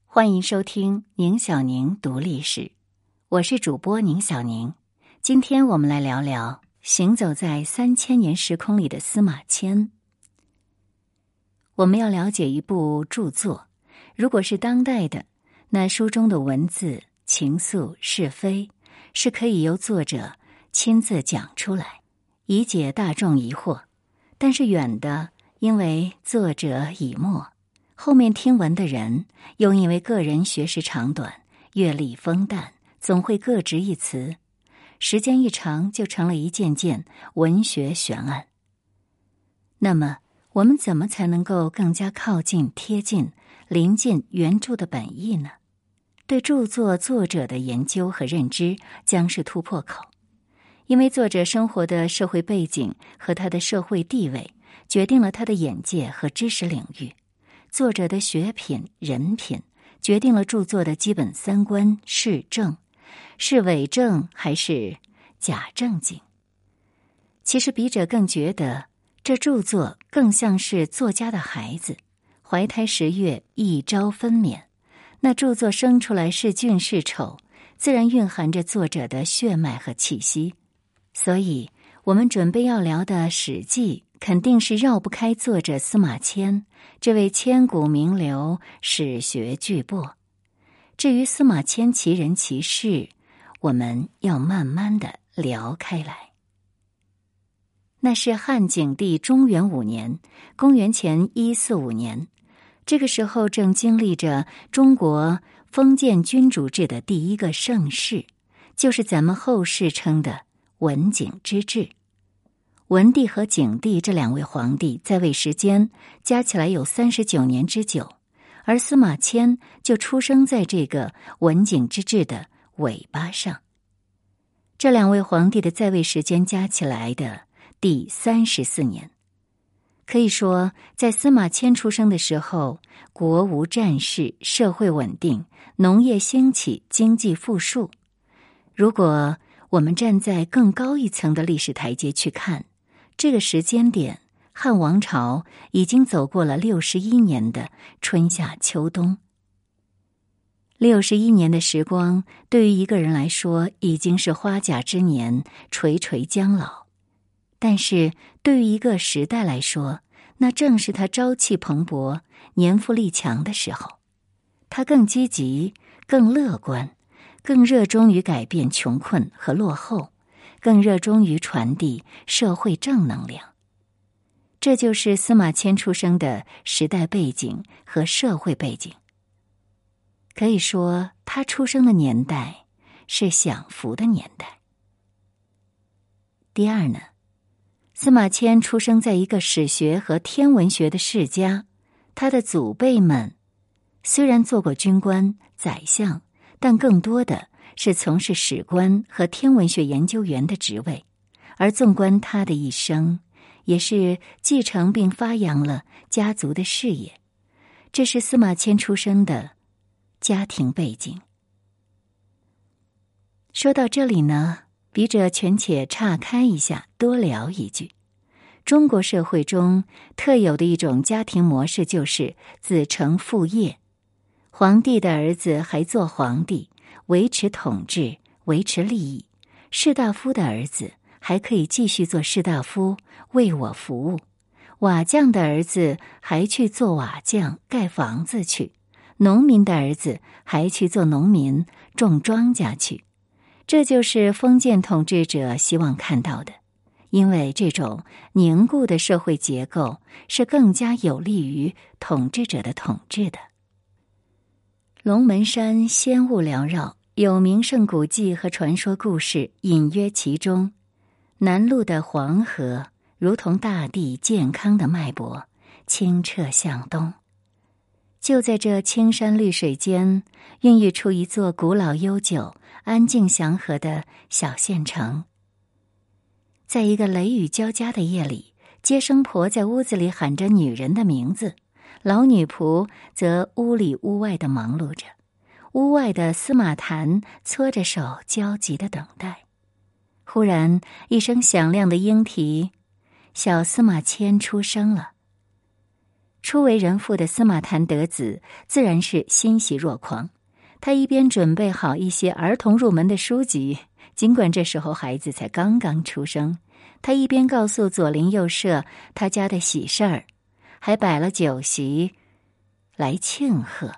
欢迎收听宁小宁读历史，我是主播宁小宁。今天我们来聊聊行走在3000年时空里的司马迁。我们要了解一部著作，如果是当代的，那书中的文字、情愫、是非，是可以由作者亲自讲出来，以解大众疑惑。但是远的，因为作者已没，后面听闻的人又因为个人学识长短、阅历丰淡，总会各执一词，时间一长就成了一件件文学悬案。那么我们怎么才能够更加靠近、贴近、临近原著的本意呢？对著作作者的研究和认知将是突破口，因为作者生活的社会背景和他的社会地位决定了他的眼界和知识领域，作者的学品、人品决定了著作的基本三观是正，是伪正还是假正经。其实笔者更觉得这著作更像是作家的孩子，怀胎10月，一朝分娩。那著作生出来是俊是丑，自然蕴含着作者的血脉和气息。所以我们准备要聊的《史记》肯定是绕不开作者司马迁这位千古名流、史学巨擘。至于司马迁其人其事，我们要慢慢的聊开来。那是汉景帝中元5年，公元前145年，这个时候正经历着中国封建君主制的第一个盛世，就是咱们后世称的文景之治。文帝和景帝这2位皇帝在位时间加起来有39年之久，而司马迁就出生在这个文景之治的尾巴上。这2位皇帝的在位时间加起来的第34年。可以说，在司马迁出生的时候，国无战事，社会稳定，农业兴起，经济富庶。如果我们站在更高一层的历史台阶去看，这个时间点，汉王朝已经走过了61年的春夏秋冬。61年的时光，对于一个人来说，已经是花甲之年，垂垂将老。但是对于一个时代来说，那正是他朝气蓬勃、年富力强的时候。他更积极、更乐观，更热衷于改变穷困和落后，更热衷于传递社会正能量。这就是司马迁出生的时代背景和社会背景。可以说，他出生的年代是享福的年代。第二呢，司马迁出生在一个史学和天文学的世家，他的祖辈们虽然做过军官、宰相，但更多的是从事史官和天文学研究员的职位，而纵观他的一生，也是继承并发扬了家族的事业。这是司马迁出生的家庭背景。说到这里呢，笔者权且岔开一下，多聊一句。中国社会中特有的一种家庭模式就是子承父业，皇帝的儿子还做皇帝，维持统治，维持利益；士大夫的儿子还可以继续做士大夫，为我服务；瓦匠的儿子还去做瓦匠，盖房子去；农民的儿子还去做农民，种庄稼去。这就是封建统治者希望看到的，因为这种凝固的社会结构是更加有利于统治者的统治的。龙门山仙雾缭绕，有名胜古迹和传说故事隐约其中。南路的黄河如同大地健康的脉搏，清澈向东。就在这青山绿水间，孕育出一座古老悠久、安静祥和的小县城。在一个雷雨交加的夜里，接生婆在屋子里喊着女人的名字，老女仆则屋里屋外的忙碌着。屋外的司马谈搓着手，焦急地等待。忽然一声响亮的莺啼，小司马迁出生了。 初为人父的司马谈得子，自然是欣喜若狂。他一边准备好一些儿童入门的书籍，尽管这时候孩子才刚刚出生，他一边告诉左邻右舍他家的喜事儿，还摆了酒席来庆贺。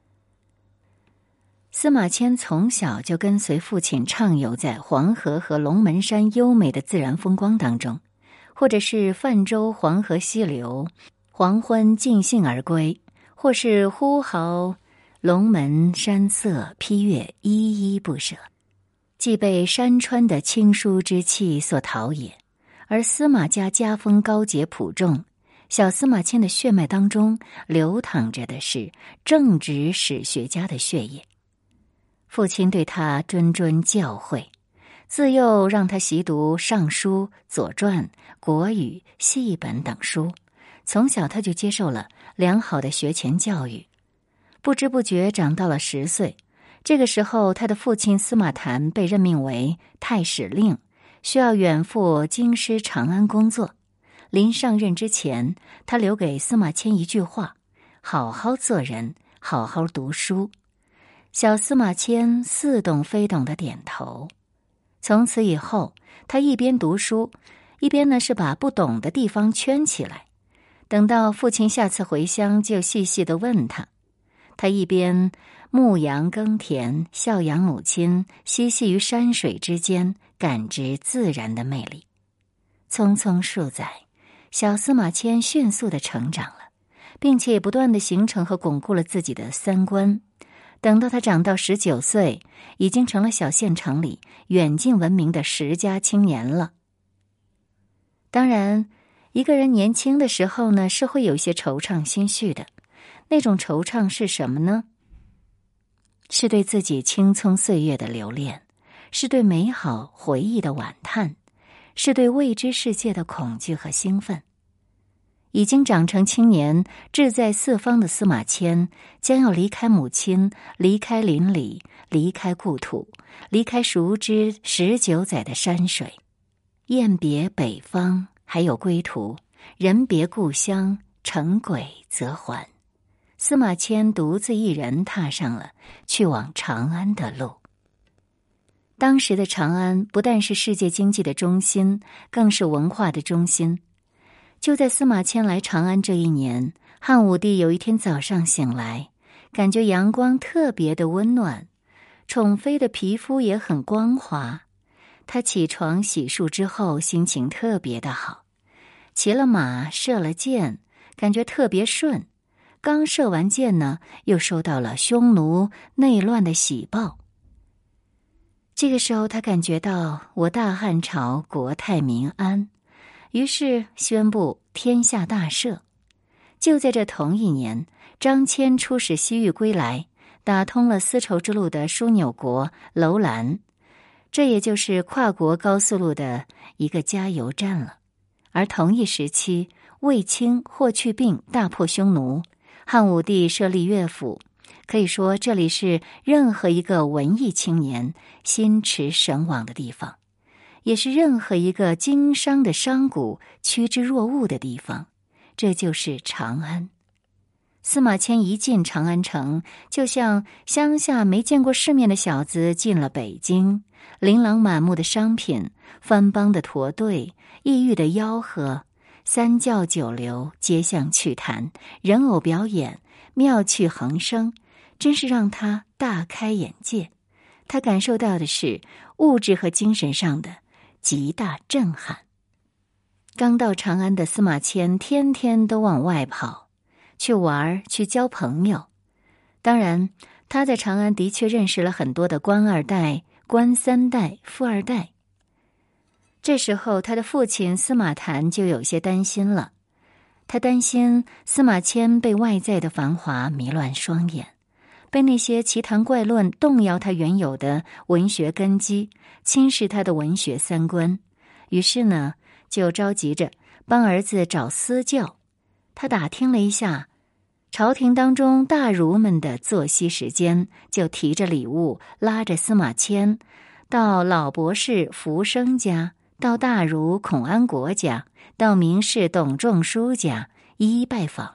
司马迁从小就跟随父亲畅游在黄河和龙门山优美的自然风光当中，或者是泛舟黄河溪流，黄昏尽兴而归，或是呼号龙门山色，披月依依不舍，既被山川的清疏之气所陶冶。而司马家家风高洁朴重，小司马迁的血脉当中流淌着的是正直史学家的血液。父亲对他谆谆教诲，自幼让他习读《尚书》《左传》《国语》《戏本》等书，从小他就接受了良好的学前教育。不知不觉长到了10岁，这个时候他的父亲司马谈被任命为太史令，需要远赴京师长安工作。临上任之前，他留给司马迁一句话：好好做人，好好读书。小司马迁似懂非懂的点头。从此以后，他一边读书，一边呢是把不懂的地方圈起来，等到父亲下次回乡，就细细地问他。他一边牧羊耕田，孝养母亲，嬉戏于山水之间，感知自然的魅力。匆匆数载，小司马迁迅速地成长了，并且不断地形成和巩固了自己的三观。等到他长到19岁，已经成了小县城里远近闻名的10家青年了。当然，一个人年轻的时候呢，是会有些惆怅心绪的。那种惆怅是什么呢？是对自己青葱岁月的留恋，是对美好回忆的惋叹，是对未知世界的恐惧和兴奋。已经长成青年，志在四方的司马迁将要离开母亲，离开邻里，离开故土，离开熟知19载的山水。雁别北方，还有归途；人别故乡，乘轨则还。司马迁独自一人踏上了去往长安的路。当时的长安不但是世界经济的中心，更是文化的中心。就在司马迁来长安这一年，汉武帝有一天早上醒来，感觉阳光特别的温暖，宠妃的皮肤也很光滑。他起床洗漱之后，心情特别的好，骑了马，射了箭，感觉特别顺。刚射完箭呢，又收到了匈奴内乱的喜报。这个时候他感觉到我大汉朝国泰民安，于是宣布天下大赦。就在这同一年，张骞出使西域归来，打通了丝绸之路的枢纽国楼兰，这也就是跨国高速路的一个加油站了。而同一时期，卫青、霍去病大破匈奴，汉武帝设立乐府，可以说这里是任何一个文艺青年心驰神往的地方，也是任何一个经商的商贾趋之若鹜的地方。这就是长安。司马迁一进长安城，就像乡下没见过世面的小子进了北京，琳琅满目的商品，番邦的驼队，异域的吆喝，三教九流，街巷趣谈，人偶表演，妙趣横生，真是让他大开眼界。他感受到的是物质和精神上的极大震撼。刚到长安的司马迁天天都往外跑，去玩，去交朋友。当然，他在长安的确认识了很多的官二代、官三代、富二代。这时候他的父亲司马谈就有些担心了，他担心司马迁被外在的繁华迷乱双眼，被那些奇谈怪论动摇他原有的文学根基，侵蚀他的文学三观。于是呢，就着急着帮儿子找私教。他打听了一下朝廷当中大儒们的作息时间，就提着礼物拉着司马迁到老博士福生家，到大儒孔安国家，到名士董仲舒家一一拜访，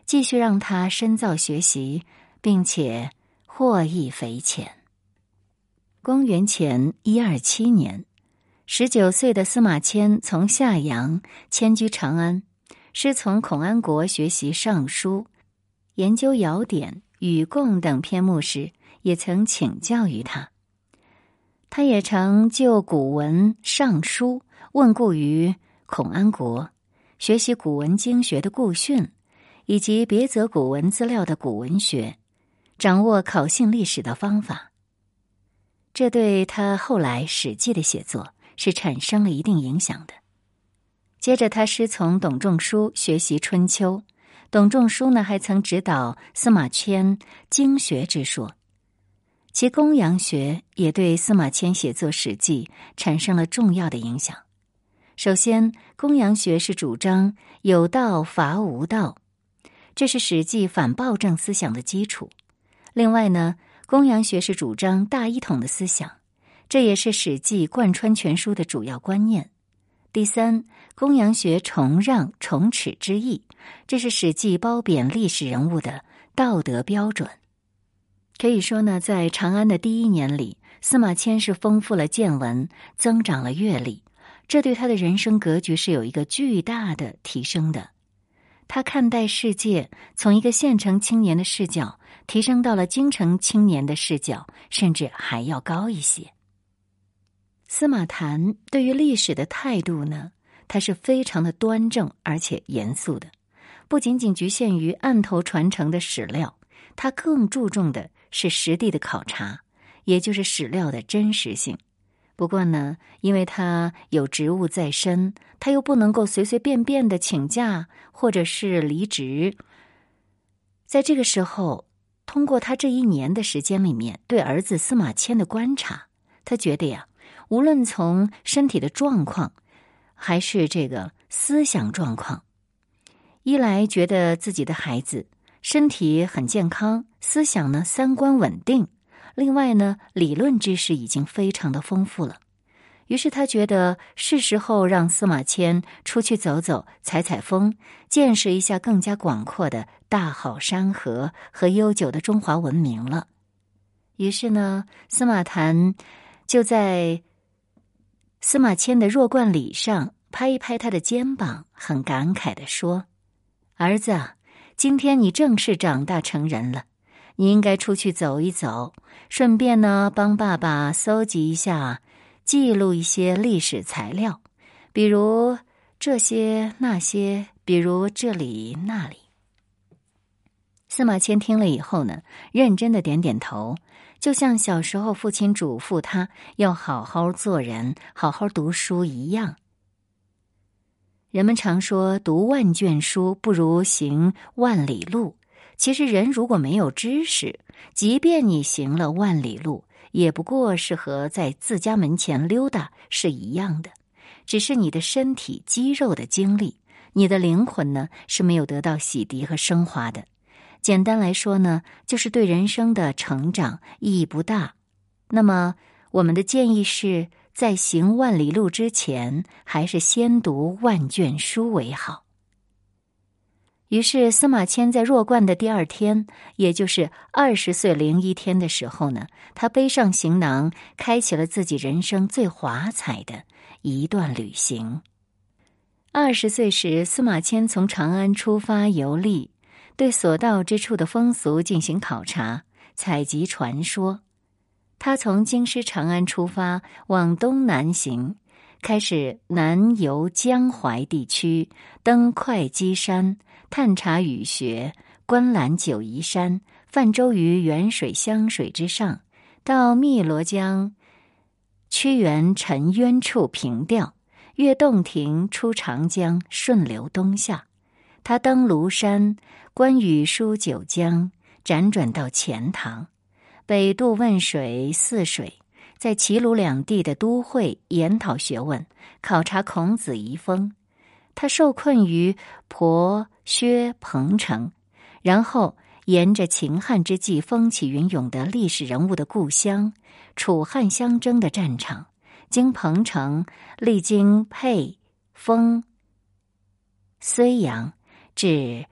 继续让他深造学习，并且获益匪浅。公元前127年，19岁的司马迁从夏阳迁居长安，师从孔安国学习尚书，研究尧典、禹贡等篇目时，也曾请教于他。他也曾就古文尚书问故于孔安国，学习古文经学的固训，以及别则古文资料的古文学，掌握考信历史的方法。这对他后来《史记》的写作是产生了一定影响的。接着他师从董仲舒学习春秋，董仲舒呢还曾指导司马迁经学之说，其公羊学也对司马迁写作《史记》产生了重要的影响。首先，公羊学是主张有道伐无道，这是《史记》反暴政思想的基础。另外呢，公羊学是主张大一统的思想，这也是《史记》贯穿全书的主要观念。第三，公羊学崇让崇耻之意，这是《史记》褒贬历史人物的道德标准。可以说呢，在长安的第1年里，司马迁是丰富了见闻，增长了阅历，这对他的人生格局是有一个巨大的提升的。他看待世界从一个县城青年的视角提升到了京城青年的视角，甚至还要高一些。司马谈对于历史的态度呢，他是非常的端正而且严肃的，不仅仅局限于案头传承的史料，他更注重的是实地的考察，也就是史料的真实性。不过呢，因为他有职务在身，他又不能够随随便便的请假或者是离职。在这个时候，通过他这1年的时间里面对儿子司马迁的观察，他觉得呀，无论从身体的状况还是这个思想状况，一来觉得自己的孩子身体很健康，思想呢三观稳定，另外呢理论知识已经非常的丰富了。于是他觉得是时候让司马迁出去走走，采采风，见识一下更加广阔的大好山河和悠久的中华文明了。于是呢，司马谈就在司马迁的弱冠礼上拍一拍他的肩膀，很感慨地说：儿子啊，今天你正式长大成人了，你应该出去走一走，顺便呢帮爸爸搜集一下，记录一些历史材料，比如这些那些，比如这里那里。司马迁听了以后呢，认真的点点头，就像小时候父亲嘱咐他要好好做人，好好读书一样。人们常说读万卷书不如行万里路，其实人如果没有知识，即便你行了万里路，也不过是和在自家门前溜达是一样的，只是你的身体肌肉的经历，你的灵魂呢是没有得到洗涤和升华的。简单来说呢，就是对人生的成长意义不大。那么我们的建议是，在行万里路之前，还是先读万卷书为好。于是司马迁在弱冠的第2天，也就是20岁零1天的时候呢，他背上行囊，开启了自己人生最华彩的一段旅行。20岁时，司马迁从长安出发游历，对所到之处的风俗进行考察，采集传说。他从京师长安出发，往东南行，开始南游江淮地区，登会稽山，探查雨穴，观览九夷山，泛舟于沅水湘水之上，到汨罗江屈原沉渊处凭吊，越洞庭出长江，顺流东下。他登庐山，观雨疏九江，辗转到钱塘，北渡汶水、泗水，在齐鲁两地的都会研讨学问，考察孔子遗风。他受困于婆薛彭城，然后沿着秦汉之际风起云涌的历史人物的故乡，楚汉相争的战场，经彭城，历经沛、丰、睢阳，至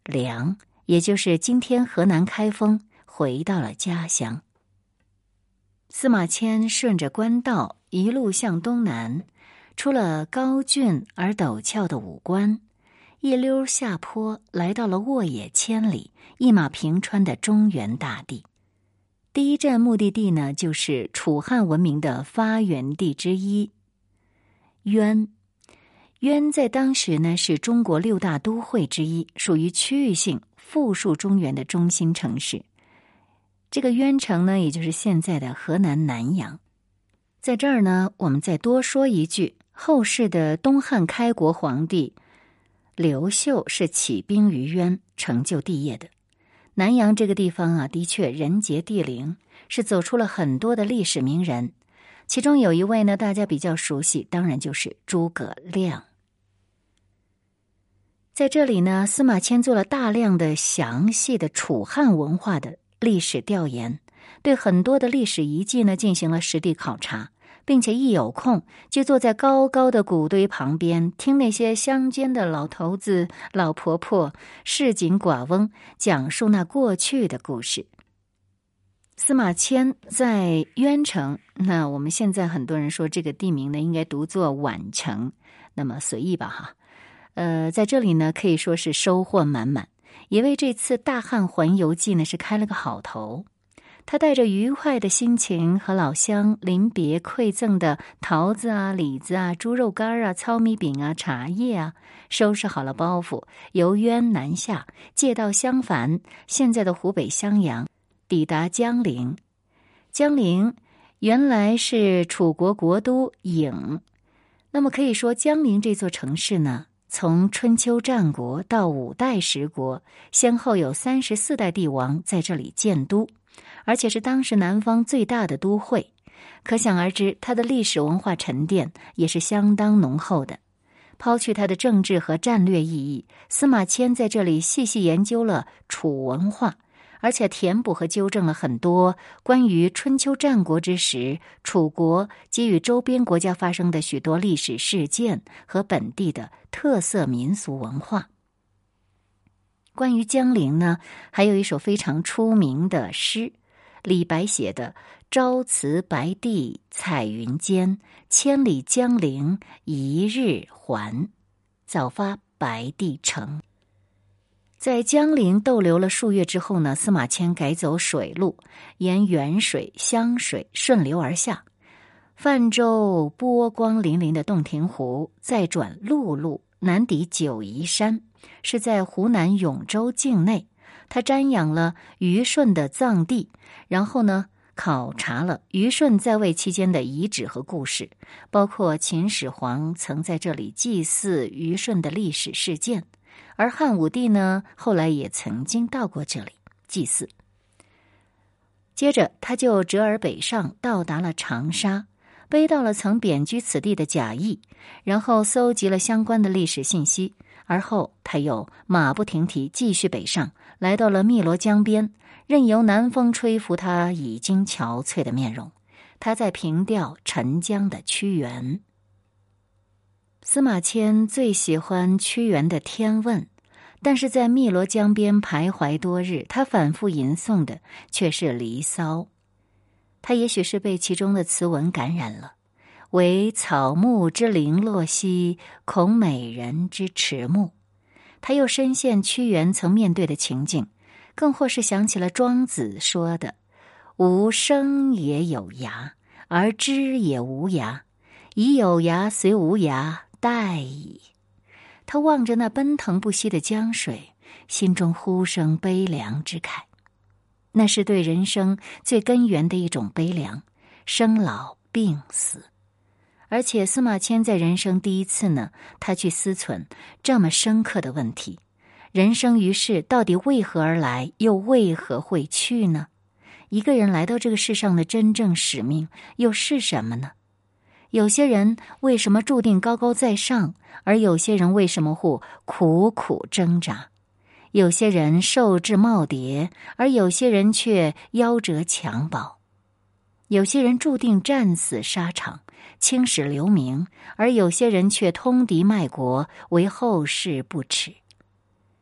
梁，也就是今天河南开封，回到了家乡。司马迁顺着官道一路向东南，出了高峻而陡峭的武关，一溜下坡，来到了沃野千里、一马平川的中原大地。第一站目的地呢，就是楚汉文明的发源地之一渊。渊在当时呢是中国6大都会之一，属于区域性富庶中原的中心城市。这个渊城呢，也就是现在的河南南阳。在这儿呢，我们再多说一句，后世的东汉开国皇帝刘秀是起兵于渊，成就帝业的。南阳这个地方啊，的确人杰地灵，是走出了很多的历史名人。其中有一位呢，大家比较熟悉，当然就是诸葛亮。在这里呢，司马迁做了大量的详细的楚汉文化的历史调研，对很多的历史遗迹呢进行了实地考察，并且一有空就坐在高高的谷堆旁边，听那些乡间的老头子、老婆婆、市井寡翁讲述那过去的故事。司马迁在渊城，那我们现在很多人说这个地名呢应该读作宛城，那么随意吧哈。在这里呢可以说是收获满满，也为这次大汉环游记呢是开了个好头。他带着愉快的心情和老乡临别馈赠的桃子啊、李子啊、猪肉干啊、糙米饼啊、茶叶啊，收拾好了包袱，由渊南下，借道襄樊（现在的湖北襄阳），抵达江陵。江陵原来是楚国国都郢，那么可以说江陵这座城市呢，从春秋战国到5代十国，先后有34代帝王在这里建都，而且是当时南方最大的都会，可想而知，它的历史文化沉淀也是相当浓厚的。抛去它的政治和战略意义，司马迁在这里细细研究了楚文化，而且填补和纠正了很多关于春秋战国之时楚国及与周边国家发生的许多历史事件和本地的特色民俗文化。关于江陵呢，还有一首非常出名的诗，李白写的“朝辞白帝彩云间，千里江陵一日还，早发白帝城”。在江陵逗留了数月之后呢，司马迁改走水路，沿沅水、湘水顺流而下，泛舟波光粼粼的洞庭湖，再转陆路南抵九嶷山，是在湖南永州境内。他瞻仰了虞舜的葬地，然后呢考察了虞舜在位期间的遗址和故事，包括秦始皇曾在这里祭祀虞舜的历史事件，而汉武帝呢后来也曾经到过这里祭祀。接着他就折而北上，到达了长沙，背到了曾贬居此地的贾谊，然后搜集了相关的历史信息，而后他又马不停蹄继续北上，来到了汨罗江边，任由南风吹拂他已经憔悴的面容。他在凭吊沉江的屈原。司马迁最喜欢屈原的《天问》，但是在汨罗江边徘徊多日，他反复吟诵的却是《离骚》。他也许是被其中的词文感染了，惟草木之零落兮，恐美人之迟暮。他又深陷屈原曾面对的情境，更或是想起了庄子说的“吾生也有涯，而知也无涯，以有涯随无涯，殆矣”。他望着那奔腾不息的江水，心中忽生悲凉之慨。那是对人生最根源的一种悲凉，生老病死。而且司马迁在人生第一次呢，他去思忖这么深刻的问题：人生于世到底为何而来，又为何会去呢？一个人来到这个世上的真正使命又是什么呢？有些人为什么注定高高在上，而有些人为什么会苦苦挣扎？有些人受制耄耋，而有些人却夭折襁褓；有些人注定战死沙场，青史留名，而有些人却通敌卖国，为后世不耻。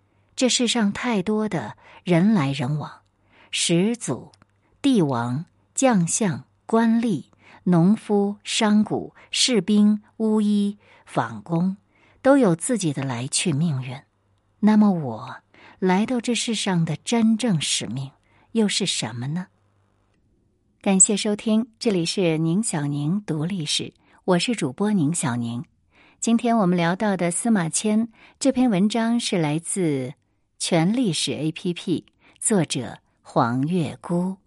这世上太多的人来人往，始祖、帝王、将相、官吏、农夫、商贾、士兵、巫医、纺工，都有自己的来去命运。那么我来到这世上的真正使命又是什么呢？感谢收听，这里是宁小宁读历史，我是主播宁小宁。今天我们聊到的司马迁这篇文章是来自全历史 APP， 作者黄月姑。